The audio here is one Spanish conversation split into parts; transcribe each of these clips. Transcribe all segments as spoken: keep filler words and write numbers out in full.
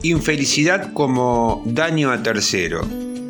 Infelicidad como daño a tercero.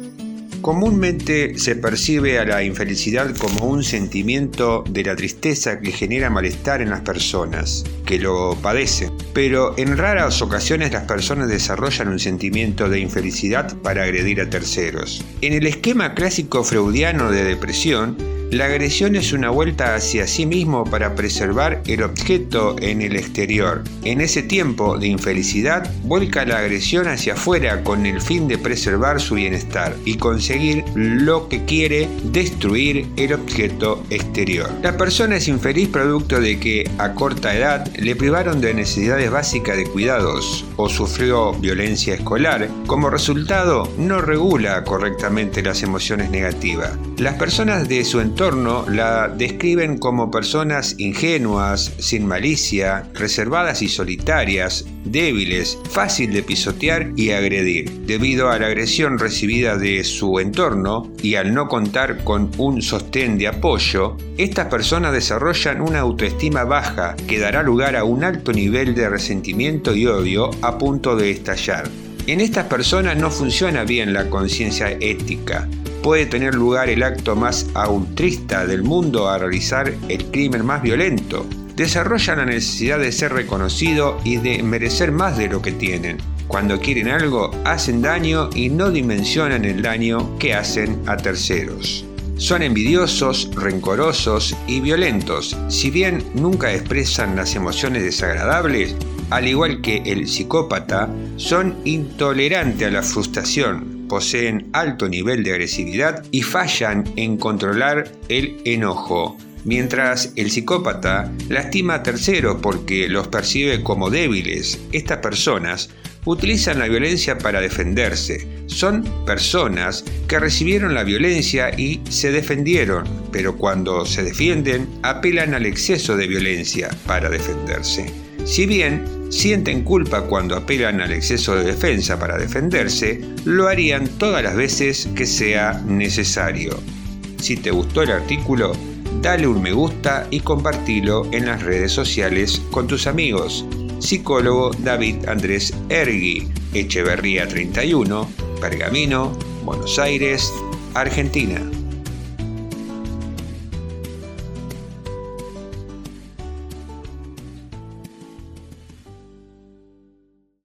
Comúnmente se percibe a la infelicidad como un sentimiento de la tristeza que genera malestar en las personas que lo padecen, pero en raras ocasiones las personas desarrollan un sentimiento de infelicidad para agredir a terceros. En el esquema clásico freudiano de depresión, la agresión es una vuelta hacia sí mismo para preservar el objeto en el exterior. En ese tiempo de infelicidad, vuelca la agresión hacia afuera con el fin de preservar su bienestar y conseguir lo que quiere, destruir el objeto exterior. La persona es infeliz producto de que a corta edad le privaron de necesidades básicas de cuidados o sufrió violencia escolar. Como resultado, no regula correctamente las emociones negativas. Las personas de su entorno la describen como personas ingenuas, sin malicia, reservadas y solitarias, débiles, fácil de pisotear y agredir. Debido a la agresión recibida de su entorno y al no contar con un sostén de apoyo, estas personas desarrollan una autoestima baja que dará lugar a un alto nivel de resentimiento y odio a punto de estallar. En estas personas no funciona bien la conciencia ética. Puede tener lugar el acto más altruista del mundo a realizar el crimen más violento. Desarrollan la necesidad de ser reconocido y de merecer más de lo que tienen. Cuando quieren algo, hacen daño y no dimensionan el daño que hacen a terceros. Son envidiosos, rencorosos y violentos. Si bien nunca expresan las emociones desagradables, al igual que el psicópata, son intolerantes a la frustración. Poseen alto nivel de agresividad y fallan en controlar el enojo, mientras el psicópata lastima a terceros porque los percibe como débiles. Estas personas utilizan la violencia para defenderse. Son personas que recibieron la violencia y se defendieron, pero cuando se defienden, apelan al exceso de violencia para defenderse. Si bien sienten culpa cuando apelan al exceso de defensa para defenderse, lo harían todas las veces que sea necesario. Si te gustó el artículo, dale un me gusta y compartilo en las redes sociales con tus amigos. Psicólogo David Andrés Ergui, Echeverría treinta y uno, Pergamino, Buenos Aires, Argentina.